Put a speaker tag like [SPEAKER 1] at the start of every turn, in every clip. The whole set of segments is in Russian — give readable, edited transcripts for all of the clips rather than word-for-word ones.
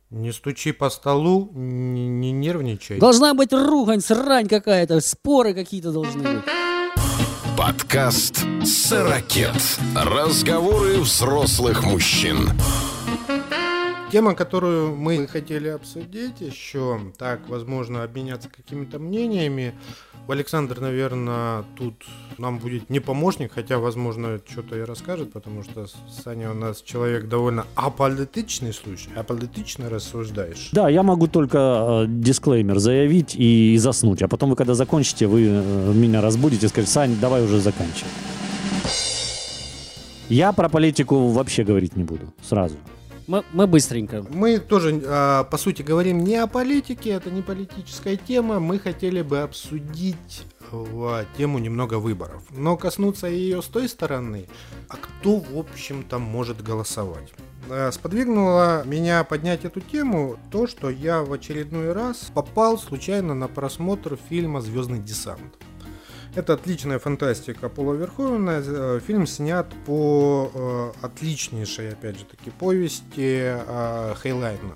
[SPEAKER 1] Не стучи по столу, не нервничай.
[SPEAKER 2] Должна быть ругань, срань какая-то, споры какие-то должны быть.
[SPEAKER 3] Подкаст «Сорокет». Разговоры взрослых мужчин.
[SPEAKER 1] Тема, которую мы хотели обсудить еще, так, возможно, обменяться какими-то мнениями. Александр, наверное, тут нам будет не помощник, хотя, возможно, что-то и расскажет, потому что Саня у нас человек довольно аполитичный, слушай, аполитично рассуждаешь.
[SPEAKER 4] Да, я могу только дисклеймер заявить и заснуть, а потом вы, когда закончите, вы меня разбудите и скажете: Сань, давай уже заканчивай. Я про политику вообще говорить не буду, сразу.
[SPEAKER 2] Мы быстренько.
[SPEAKER 1] Мы тоже, по сути, говорим не о политике, это не политическая тема. Мы хотели бы обсудить тему немного выборов, но коснуться ее с той стороны, а кто, в общем-то, может голосовать. Сподвигнуло меня поднять эту тему то, что я в очередной раз попал случайно на просмотр фильма «Звездный десант». Это отличная фантастика Пола Верховена. Фильм снят по отличнейшей, опять же таки, повести Хейлайна.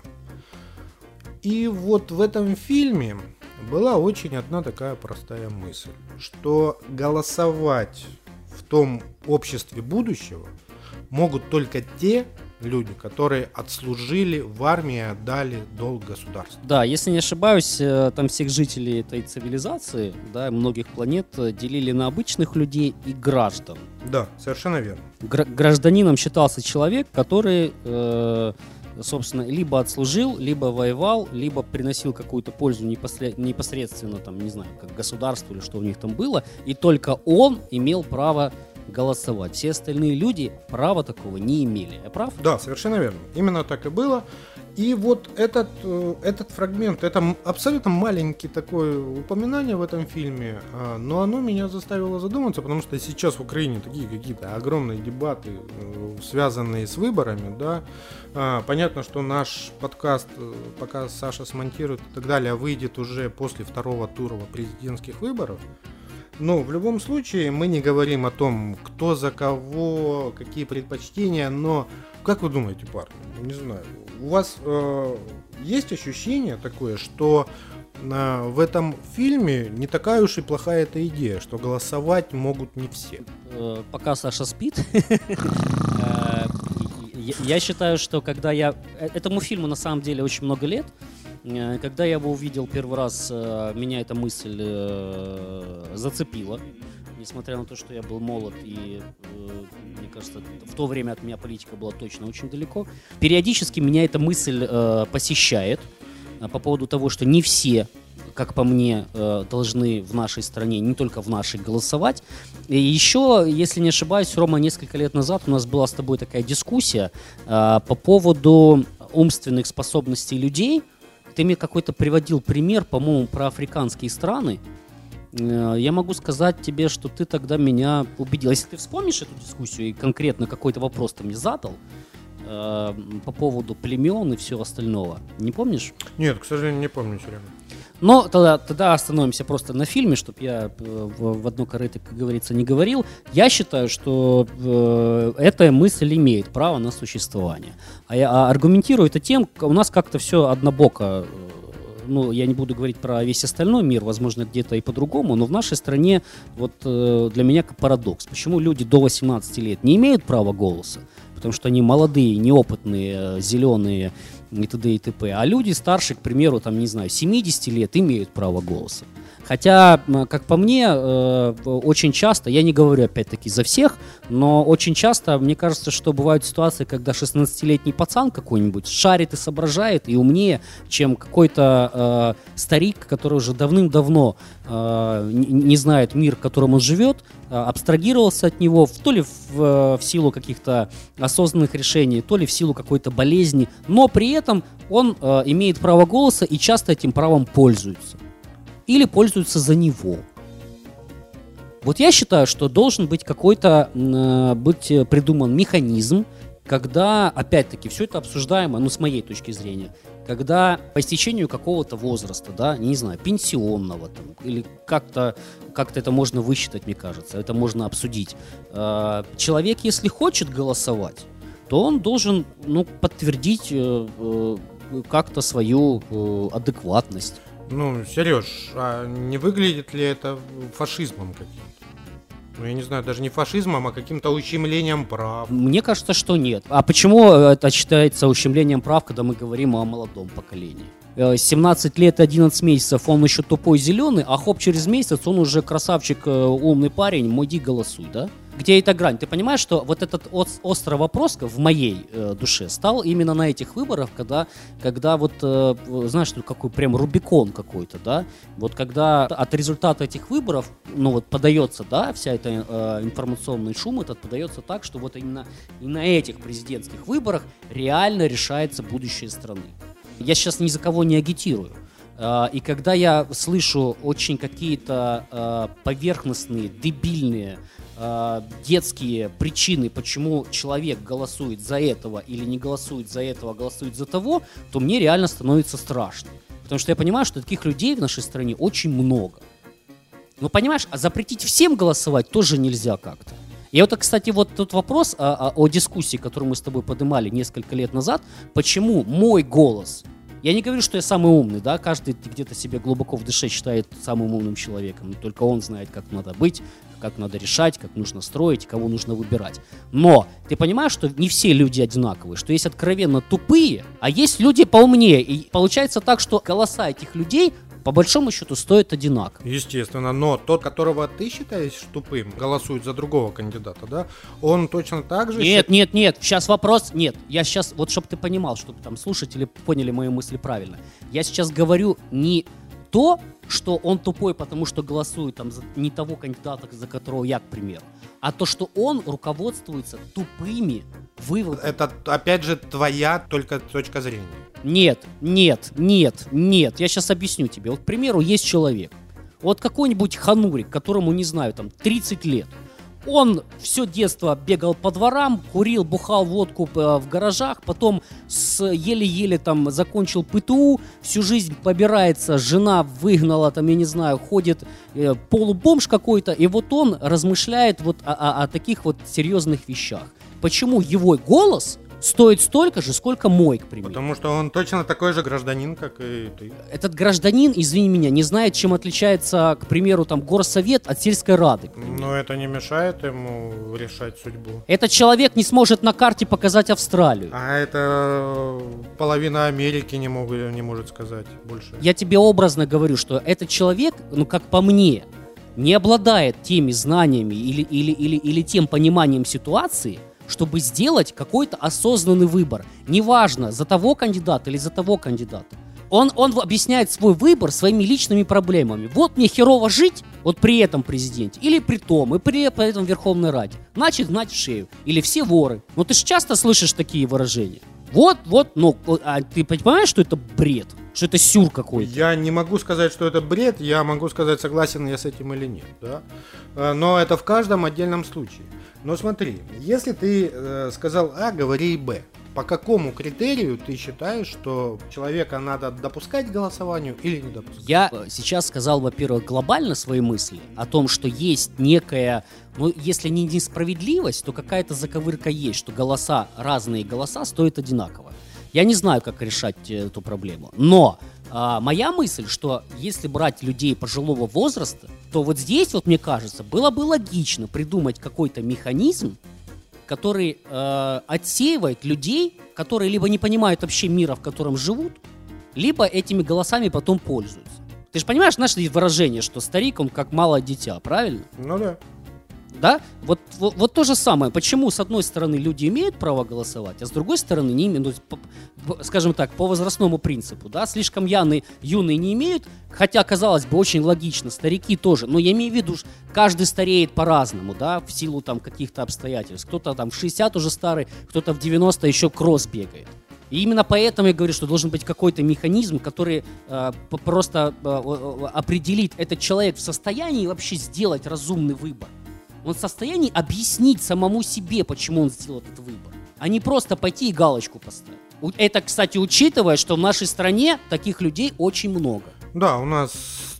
[SPEAKER 1] И вот в этом фильме была очень одна такая простая мысль, что голосовать в том обществе будущего могут только те люди, которые отслужили в армии и отдали долг государству.
[SPEAKER 2] Да, если не ошибаюсь, там всех жителей этой цивилизации, да, многих планет делили на обычных людей и граждан.
[SPEAKER 1] Да, совершенно верно.
[SPEAKER 2] Гражданином считался человек, который, собственно, либо отслужил, либо воевал, либо приносил какую-то пользу непосредственно, там, не знаю, как государству или что у них там было, и только он имел право голосовать. Все остальные люди права такого не имели. Я прав?
[SPEAKER 1] Да, совершенно верно. Именно так и было. И вот этот фрагмент, это абсолютно маленький такое упоминание в этом фильме, но оно меня заставило задуматься, потому что сейчас в Украине такие какие-то огромные дебаты, связанные с выборами, да. Понятно, что наш подкаст, пока Саша смонтирует и так далее, выйдет уже после второго тура президентских выборов. Но в любом случае мы не говорим о том, кто за кого, какие предпочтения, но как вы думаете, парни, не знаю, у вас есть ощущение такое, что в этом фильме не такая уж и плохая эта идея, что голосовать могут не все?
[SPEAKER 2] Пока Саша спит, я считаю, что когда этому фильму на самом деле очень много лет. Когда я его увидел первый раз, меня эта мысль зацепила. Несмотря на то, что я был молод и, мне кажется, в то время от меня политика была точно очень далеко. Периодически меня эта мысль посещает по поводу того, что не все, как по мне, должны в нашей стране, не только в нашей, голосовать. И еще, если не ошибаюсь, Рома, несколько лет назад у нас была с тобой такая дискуссия по поводу умственных способностей людей. Ты мне какой-то приводил пример, по-моему, про африканские страны. Я могу сказать тебе, что ты тогда меня убедил. Если ты вспомнишь эту дискуссию и конкретно какой-то вопрос ты мне задал по поводу племен и всего остального, не помнишь?
[SPEAKER 1] Нет, к сожалению, не помню все время.
[SPEAKER 2] Но тогда остановимся просто на фильме, чтобы я в одно корыто, как говорится, не говорил. Я считаю, что эта мысль имеет право на существование. А я аргументирую это тем, у нас как-то все однобоко. Ну, я не буду говорить про весь остальной мир, возможно, где-то и по-другому, но в нашей стране вот для меня как парадокс. Почему люди до 18 лет не имеют права голоса? Потому что они молодые, неопытные, зеленые и т.д. и т.п. А люди старше, к примеру, там, не знаю, 70 лет имеют право голоса. Хотя, как по мне, очень часто, я не говорю опять-таки за всех, но очень часто, мне кажется, что бывают ситуации, когда 16-летний пацан какой-нибудь шарит и соображает, и умнее, чем какой-то старик, который уже давным-давно не знает мир, в котором он живет, абстрагировался от него, то ли в силу каких-то осознанных решений, то ли в силу какой-то болезни, но при этом он имеет право голоса и часто этим правом пользуется. Или пользуются за него. Вот я считаю, что должен быть какой-то быть придуман механизм, когда, опять-таки, все это обсуждаемо, ну, с моей точки зрения, когда по истечению какого-то возраста, да, не знаю, пенсионного там, или как-то это можно высчитать, мне кажется, это можно обсудить. Человек, если хочет голосовать, то он должен, подтвердить как-то свою адекватность.
[SPEAKER 1] Ну, Сереж, а не выглядит ли это фашизмом каким-то? Ну, я не знаю, даже не фашизмом, а каким-то ущемлением прав.
[SPEAKER 2] Мне кажется, что нет. А почему это считается ущемлением прав, когда мы говорим о молодом поколении? 17 лет и 11 месяцев он еще тупой зеленый, а хоп, через месяц он уже красавчик, умный парень, иди голосуй, да? Где эта грань? Ты понимаешь, что вот этот острый вопрос в моей душе стал именно на этих выборах, когда вот, знаешь, какой прям Рубикон какой-то, да? Вот когда от результата этих выборов, ну вот подается, да, вся эта информационный шум этот подается так, что вот именно и на этих президентских выборах реально решается будущее страны. Я сейчас ни за кого не агитирую. И когда я слышу очень какие-то поверхностные, дебильные, детские причины, почему человек голосует за этого или не голосует за этого, а голосует за того, то мне реально становится страшно. Потому что я понимаю, что таких людей в нашей стране очень много. Но понимаешь, а запретить всем голосовать тоже нельзя как-то. И вот, кстати, вот тот вопрос о дискуссии, которую мы с тобой поднимали несколько лет назад, почему мой голос... Я не говорю, что я самый умный, да, каждый где-то себя глубоко в душе считает самым умным человеком, но только он знает, как надо быть, как надо решать, как нужно строить, кого нужно выбирать. Но ты понимаешь, что не все люди одинаковые, что есть откровенно тупые, а есть люди поумнее, и получается так, что голоса этих людей по большому счету стоят одинаково.
[SPEAKER 1] Естественно, но тот, которого ты считаешь тупым, голосует за другого кандидата, да? Он точно так же...
[SPEAKER 2] Нет, сейчас вопрос... Нет, я сейчас, вот чтобы ты понимал, чтобы там слушатели поняли мои мысли правильно. Я сейчас говорю не то, что он тупой, потому что голосует там за не того кандидата, за которого я, к примеру, а то, что он руководствуется тупыми выводами.
[SPEAKER 1] Это, опять же, твоя только точка зрения.
[SPEAKER 2] Нет, я сейчас объясню тебе. Вот, к примеру, есть человек, вот какой-нибудь ханурик, которому, не знаю, там 30 лет. Он все детство бегал по дворам, курил, бухал водку в гаражах, потом еле-еле там закончил ПТУ, всю жизнь побирается, жена выгнала, там, я не знаю, ходит полубомж какой-то, и вот он размышляет вот о таких вот серьезных вещах. Почему его голос стоит столько же, сколько мой, к примеру?
[SPEAKER 1] Потому что он точно такой же гражданин, как и ты.
[SPEAKER 2] Этот гражданин, извини меня, не знает, чем отличается, к примеру, там, горсовет от сельской рады.
[SPEAKER 1] Но это не мешает ему решать судьбу.
[SPEAKER 2] Этот человек не сможет на карте показать Австралию.
[SPEAKER 1] А это половина Америки не может сказать больше.
[SPEAKER 2] Я тебе образно говорю, что этот человек, ну, как по мне, не обладает теми знаниями или тем пониманием ситуации, чтобы сделать какой-то осознанный выбор. Неважно, за того кандидата или за того кандидата. Он объясняет свой выбор своими личными проблемами. Вот мне херово жить, вот при этом президенте, или при том, и при этом Верховной Раде. Значит, гнать в шею. Или все воры. Ну ты же часто слышишь такие выражения. Ну, а ты понимаешь, что это бред? Что это сюр какой-то?
[SPEAKER 1] Я не могу сказать, что это бред, я могу сказать, согласен я с этим или нет, да? Но это в каждом отдельном случае. Но смотри, если ты сказал А, говори Б. По какому критерию ты считаешь, что человека надо допускать к голосованию или не допускать?
[SPEAKER 2] Я сейчас сказал, во-первых, глобально свои мысли о том, что есть некая, ну, если не несправедливость, то какая-то заковырка есть, что разные голоса стоят одинаково. Я не знаю, как решать эту проблему, но моя мысль, что если брать людей пожилого возраста, то вот здесь, вот мне кажется, было бы логично придумать какой-то механизм, который отсеивает людей, которые либо не понимают вообще мира, в котором живут, либо этими голосами потом пользуются. Ты же понимаешь наше выражение, что старик, он как малое дитя, правильно?
[SPEAKER 1] Ну да.
[SPEAKER 2] Да? Вот то же самое. Почему, с одной стороны, люди имеют право голосовать, а с другой стороны, не имеют, скажем так, по возрастному принципу, да, слишком юные не имеют, хотя, казалось бы, очень логично, старики тоже, но я имею в виду, каждый стареет по-разному, да, в силу там каких-то обстоятельств. Кто-то там в 60 уже старый, кто-то в 90 еще кросс бегает. И именно поэтому я говорю, что должен быть какой-то механизм, который просто определит, этот человек в состоянии вообще сделать разумный выбор. Он в состоянии объяснить самому себе, почему он сделал этот выбор, а не просто пойти и галочку поставить. Это, кстати, учитывая, что в нашей стране таких людей очень много.
[SPEAKER 1] Да, у нас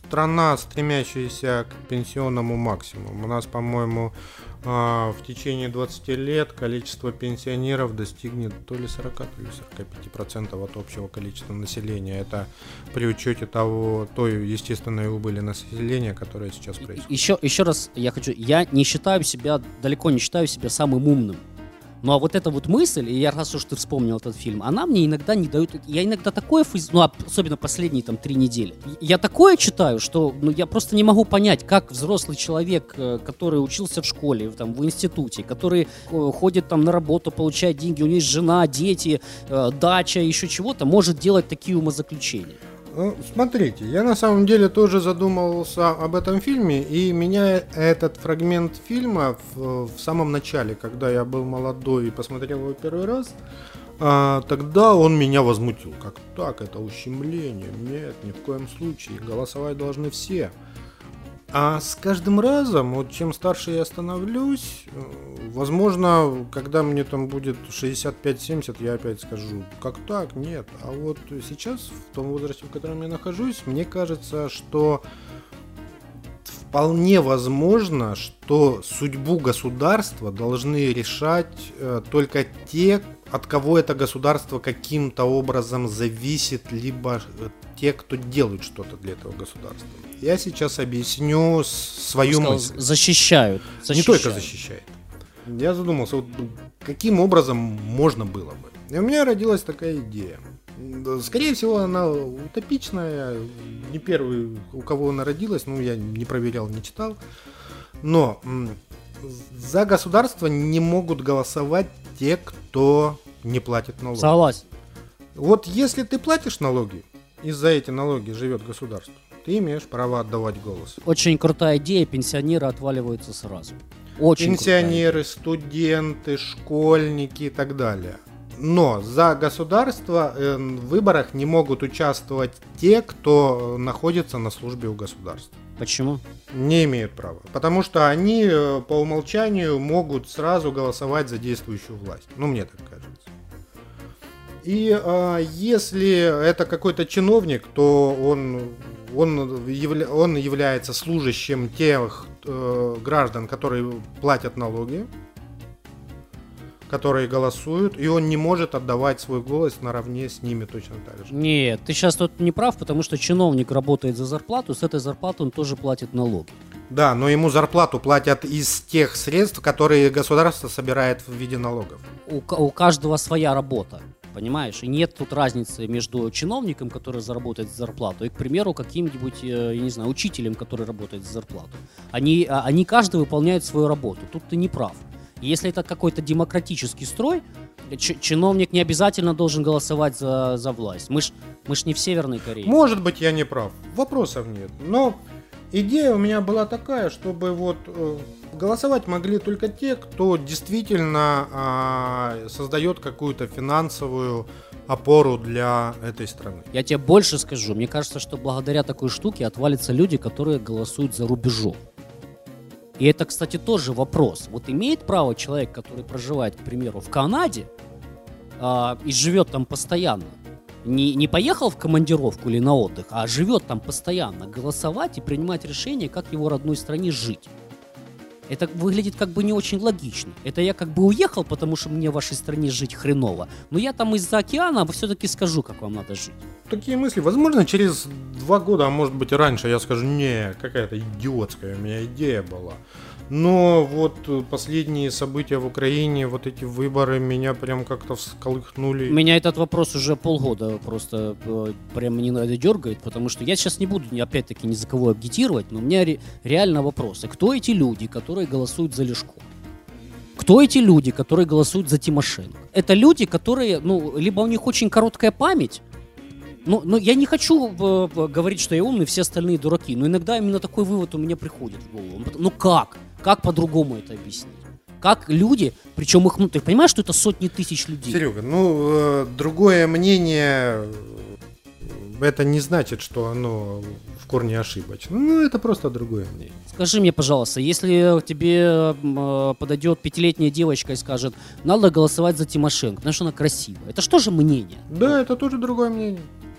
[SPEAKER 1] страна, стремящаяся к пенсионному максимуму. У нас, по-моему, в течение 20 лет количество пенсионеров достигнет то ли 40, то ли 45% от общего количества населения. Это при учете той естественной убыли населения, которая сейчас происходит.
[SPEAKER 2] Еще раз я не считаю себя, далеко не считаю себя самым умным. Ну а вот эта вот мысль, и раз уж ты вспомнил этот фильм, она мне иногда не дает... Я иногда такое, особенно последние 3 недели, я такое читаю, что я просто не могу понять, как взрослый человек, который учился в школе, в институте, который ходит на работу, получает деньги, у него есть жена, дети, дача, еще чего-то, может делать такие умозаключения.
[SPEAKER 1] Смотрите, я на самом деле тоже задумывался об этом фильме, и меня этот фрагмент фильма в самом начале, когда я был молодой и посмотрел его первый раз, тогда он меня возмутил. Как так? Это ущемление? Нет, ни в коем случае. Голосовать должны все. А с каждым разом, вот чем старше я становлюсь, возможно, когда мне там будет 65-70, я опять скажу, как так, нет. А вот сейчас, в том возрасте, в котором я нахожусь, мне кажется, что вполне возможно, что судьбу государства должны решать только те, от кого это государство каким-то образом зависит, либо те, кто делают что-то для этого государства. Я сейчас объясню свою мысль.
[SPEAKER 2] Защищают.
[SPEAKER 1] Не только защищает. Я задумался, вот, каким образом можно было бы. И у меня родилась такая идея. Скорее всего, она утопичная. Не первый, у кого она родилась, я не проверял, не читал. Но за государство не могут голосовать те, кто не платит налоги.
[SPEAKER 2] Согласен.
[SPEAKER 1] Вот если ты платишь налоги, и за эти налоги живет государство, ты имеешь право отдавать голос.
[SPEAKER 2] Очень крутая идея, пенсионеры отваливаются сразу. Очень
[SPEAKER 1] пенсионеры, студенты, школьники и так далее. Но за государство в выборах не могут участвовать те, кто находится на службе у государства.
[SPEAKER 2] Почему?
[SPEAKER 1] Не имеют права. Потому что они по умолчанию могут сразу голосовать за действующую власть. Мне так кажется. И если это какой-то чиновник, то он является служащим тех граждан, которые платят налоги, которые голосуют, и он не может отдавать свой голос наравне с ними точно так же.
[SPEAKER 2] Нет, ты сейчас тут не прав, потому что чиновник работает за зарплату, с этой зарплаты он тоже платит налоги.
[SPEAKER 1] Да, но ему зарплату платят из тех средств, которые государство собирает в виде налогов.
[SPEAKER 2] У каждого своя работа. Понимаешь? И нет тут разницы между чиновником, который заработает зарплату, и, к примеру, каким-нибудь, я не знаю, учителем, который работает за зарплату. Они каждый выполняет свою работу. Тут ты не прав. Если это какой-то демократический строй, чиновник не обязательно должен голосовать за власть. Мы ж не в Северной Корее.
[SPEAKER 1] Может быть, я не прав. Вопросов нет. Но идея у меня была такая, чтобы голосовать могли только те, кто действительно создает какую-то финансовую опору для этой страны.
[SPEAKER 2] Я тебе больше скажу. Мне кажется, что благодаря такой штуке отвалятся люди, которые голосуют за рубежом. И это, кстати, тоже вопрос. Вот имеет право человек, который проживает, к примеру, в Канаде и живет там постоянно, не поехал в командировку или на отдых, а живет там постоянно, голосовать и принимать решения, как в его родной стране жить? Это выглядит как бы не очень логично. Это я как бы уехал, потому что мне в вашей стране жить хреново. Но я там из-за океана все-таки скажу, как вам надо жить.
[SPEAKER 1] Такие мысли. Возможно, через 2 года, а может быть и раньше, я скажу, не, какая-то идиотская у меня идея была. Но вот последние события в Украине, вот эти выборы меня прям как-то всколыхнули.
[SPEAKER 2] Меня этот вопрос уже полгода просто прям не надо дергает, потому что я сейчас не буду опять-таки ни за кого агитировать, но у меня реально вопросы. Кто эти люди, которые голосуют за Ляшко? Кто эти люди, которые голосуют за Тимошенко? Это люди, которые, либо у них очень короткая память. Я не хочу говорить, что я умный, все остальные дураки, но иногда именно такой вывод у меня приходит в голову. Как? Как по-другому это объяснить? Как люди, причем их, ты понимаешь, что это сотни тысяч людей?
[SPEAKER 1] Серега, другое мнение, это не значит, что оно в корне ошибочно. Это просто другое мнение.
[SPEAKER 2] Скажи мне, пожалуйста, если тебе подойдет 5-летняя девочка и скажет, надо голосовать за Тимошенко, потому что она красивая, это что же мнение?
[SPEAKER 1] Да, это тоже другое мнение.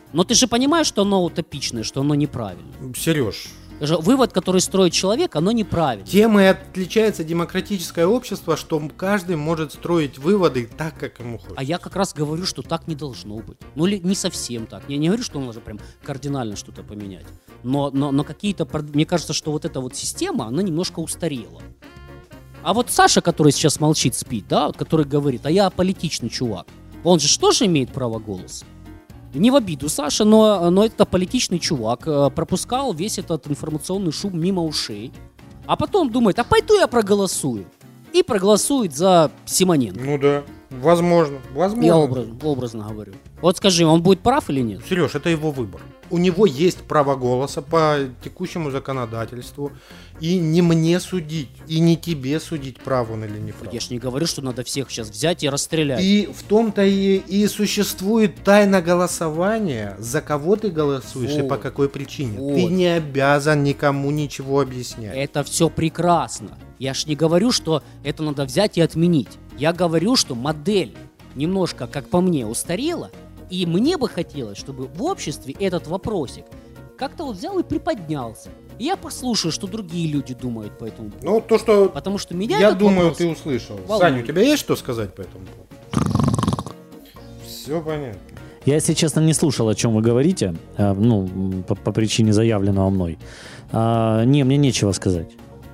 [SPEAKER 2] Но ты же понимаешь, что оно утопичное, что оно неправильно.
[SPEAKER 1] Сереж,
[SPEAKER 2] Вывод, который строит человек, оно неправильно.
[SPEAKER 1] тем и отличается демократическое общество, что каждый может строить выводы так, как ему хочется.
[SPEAKER 2] А я как раз говорю, что так не должно быть. Ну, или не совсем так. Я не говорю, что нужно прям кардинально что-то поменять. Но какие-то... Мне кажется, что вот эта вот система, она немножко устарела. А вот Саша, который сейчас молчит, спит, да, вот, который говорит, а я аполитичный чувак, он же тоже имеет право голоса. Не в обиду Саша, но это политичный чувак, пропускал весь этот информационный шум мимо ушей, а потом думает, а пойду я проголосую. И проголосует за Симоненко.
[SPEAKER 1] Ну да, возможно.
[SPEAKER 2] Я образно говорю. Вот скажи, он будет прав или нет?
[SPEAKER 1] Сереж, это его выбор. У него есть право голоса по текущему законодательству. И не мне судить, и не тебе судить, прав он или не прав.
[SPEAKER 2] Я ж не говорю, что надо всех сейчас взять и расстрелять.
[SPEAKER 1] И в том-то и существует тайна голосования, за кого ты голосуешь и по какой причине.
[SPEAKER 2] Вот.
[SPEAKER 1] Ты не обязан никому ничего объяснять.
[SPEAKER 2] Это все прекрасно. Я ж не говорю, что это надо взять и отменить. Я говорю, что модель немножко, как по мне, устарела. И мне бы хотелось, чтобы в обществе этот вопросик как-то вот взял и приподнялся. И я послушаю, что другие люди думают по этому поводу.
[SPEAKER 1] Ну, то, что
[SPEAKER 2] Потому что меня
[SPEAKER 1] я
[SPEAKER 2] этот
[SPEAKER 1] думаю,
[SPEAKER 2] вопрос
[SPEAKER 1] ты услышал.
[SPEAKER 2] волнует.
[SPEAKER 1] Саня, у тебя есть что сказать по этому поводу? Все понятно.
[SPEAKER 4] Я, если честно, не слушал, о чем вы говорите, по причине заявленного мной. Не, мне нечего сказать.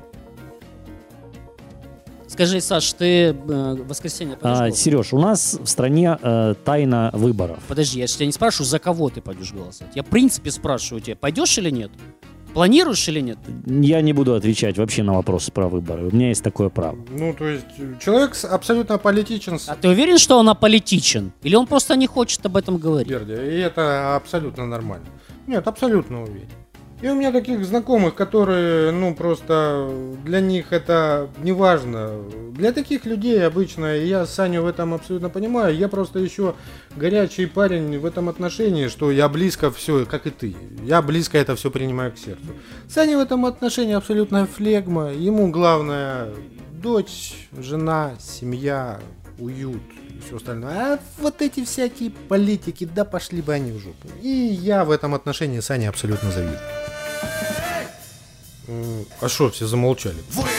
[SPEAKER 2] Скажи, Саш, ты в воскресенье пойдешь голосовать?
[SPEAKER 4] Сереж, у нас в стране тайна выборов.
[SPEAKER 2] Подожди, я же тебя не спрашиваю, за кого ты пойдешь голосовать. Я в принципе спрашиваю тебя, пойдешь или нет? Планируешь или нет?
[SPEAKER 4] Я не буду отвечать вообще на вопросы про выборы. У меня есть такое право.
[SPEAKER 1] Ну, то есть, человек абсолютно аполитичен.
[SPEAKER 2] А ты уверен, что он аполитичен? Или он просто не хочет об этом говорить?
[SPEAKER 1] Берди, и это абсолютно нормально. Нет, абсолютно уверен. И у меня таких знакомых, которые, просто для них это не важно. Для таких людей обычно, и я Саню в этом абсолютно понимаю, я просто еще горячий парень в этом отношении, что я близко все, как и ты, я близко это все принимаю к сердцу. Саня в этом отношении абсолютно флегма, ему главное дочь, жена, семья, уют. Все остальное. А вот эти всякие политики, да пошли бы они в жопу. И я в этом отношении Сане абсолютно завидую. А что все замолчали?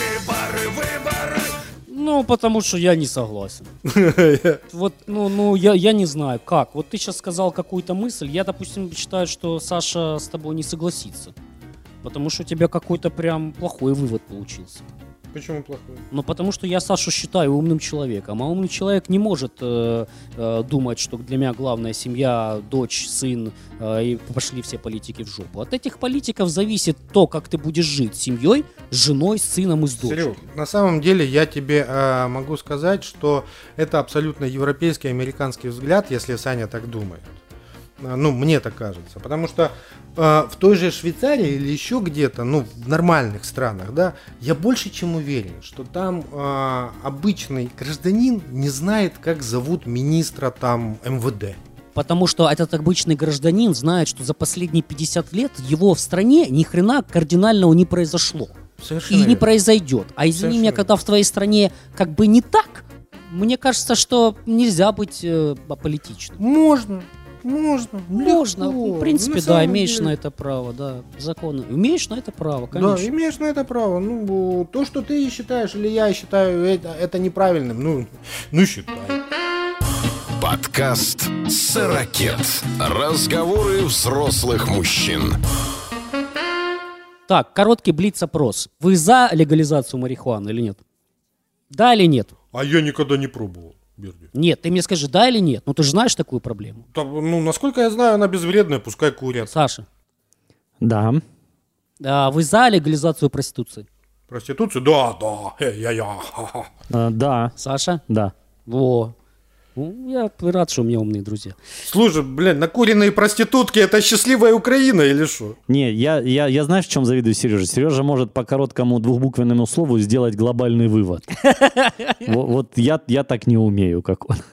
[SPEAKER 2] Ну, потому что я не согласен. Вот, я не знаю, как. Вот ты сейчас сказал какую-то мысль. Я, допустим, считаю, что Саша с тобой не согласится. Потому что у тебя какой-то прям плохой вывод получился.
[SPEAKER 1] Почему плохой?
[SPEAKER 2] Ну, потому что я Сашу считаю умным человеком, а умный человек не может думать, что для меня главная семья, дочь, сын, и пошли все политики в жопу. От этих политиков зависит то, как ты будешь жить с семьей, с женой, с сыном и с дочерью.
[SPEAKER 1] Серег, на самом деле я тебе могу сказать, что это абсолютно европейский, американский взгляд, если Саня так думает. Мне так кажется. Потому что в той же Швейцарии или еще где-то, в нормальных странах, да, я больше чем уверен, что там обычный гражданин не знает, как зовут министра там МВД.
[SPEAKER 2] Потому что этот обычный гражданин знает, что за последние 50 лет его в стране ни хрена кардинального не произошло.
[SPEAKER 1] Совершенно
[SPEAKER 2] И не
[SPEAKER 1] верно.
[SPEAKER 2] произойдет. А извини
[SPEAKER 1] Совершенно
[SPEAKER 2] меня, когда в твоей стране как бы не так, мне кажется, что нельзя быть аполитичным.
[SPEAKER 1] Можно.
[SPEAKER 2] Можно,
[SPEAKER 1] легко.
[SPEAKER 2] в принципе,
[SPEAKER 1] На
[SPEAKER 2] да,
[SPEAKER 1] самом
[SPEAKER 2] имеешь
[SPEAKER 1] деле.
[SPEAKER 2] на это право, да, законы. Имеешь на это право, конечно.
[SPEAKER 1] Да, имеешь на это право. То, что ты считаешь, или я считаю это неправильным, считай.
[SPEAKER 3] Подкаст «Сорокет». Разговоры взрослых мужчин.
[SPEAKER 2] Так, короткий блиц-опрос. Вы за легализацию марихуаны или нет? Да или нет?
[SPEAKER 1] А я никогда не пробовал, Берди.
[SPEAKER 2] Нет, ты мне скажи, да или нет? Ну ты же знаешь такую проблему.
[SPEAKER 1] Насколько я знаю, она безвредная, пускай курят.
[SPEAKER 2] Саша,
[SPEAKER 4] Да.
[SPEAKER 2] вы за легализацию проституции?
[SPEAKER 1] Проституцию? Да. Ха-ха.
[SPEAKER 4] Да.
[SPEAKER 2] Саша?
[SPEAKER 4] Да.
[SPEAKER 2] Во. Ну, я рад, что у меня умные друзья.
[SPEAKER 1] Слушай, накуренные проститутки — это счастливая Украина или что?
[SPEAKER 4] Не, я знаешь, в чем завидую Сереже? Сережа может по короткому двухбуквенному слову сделать глобальный вывод. Вот я так не умею, как он.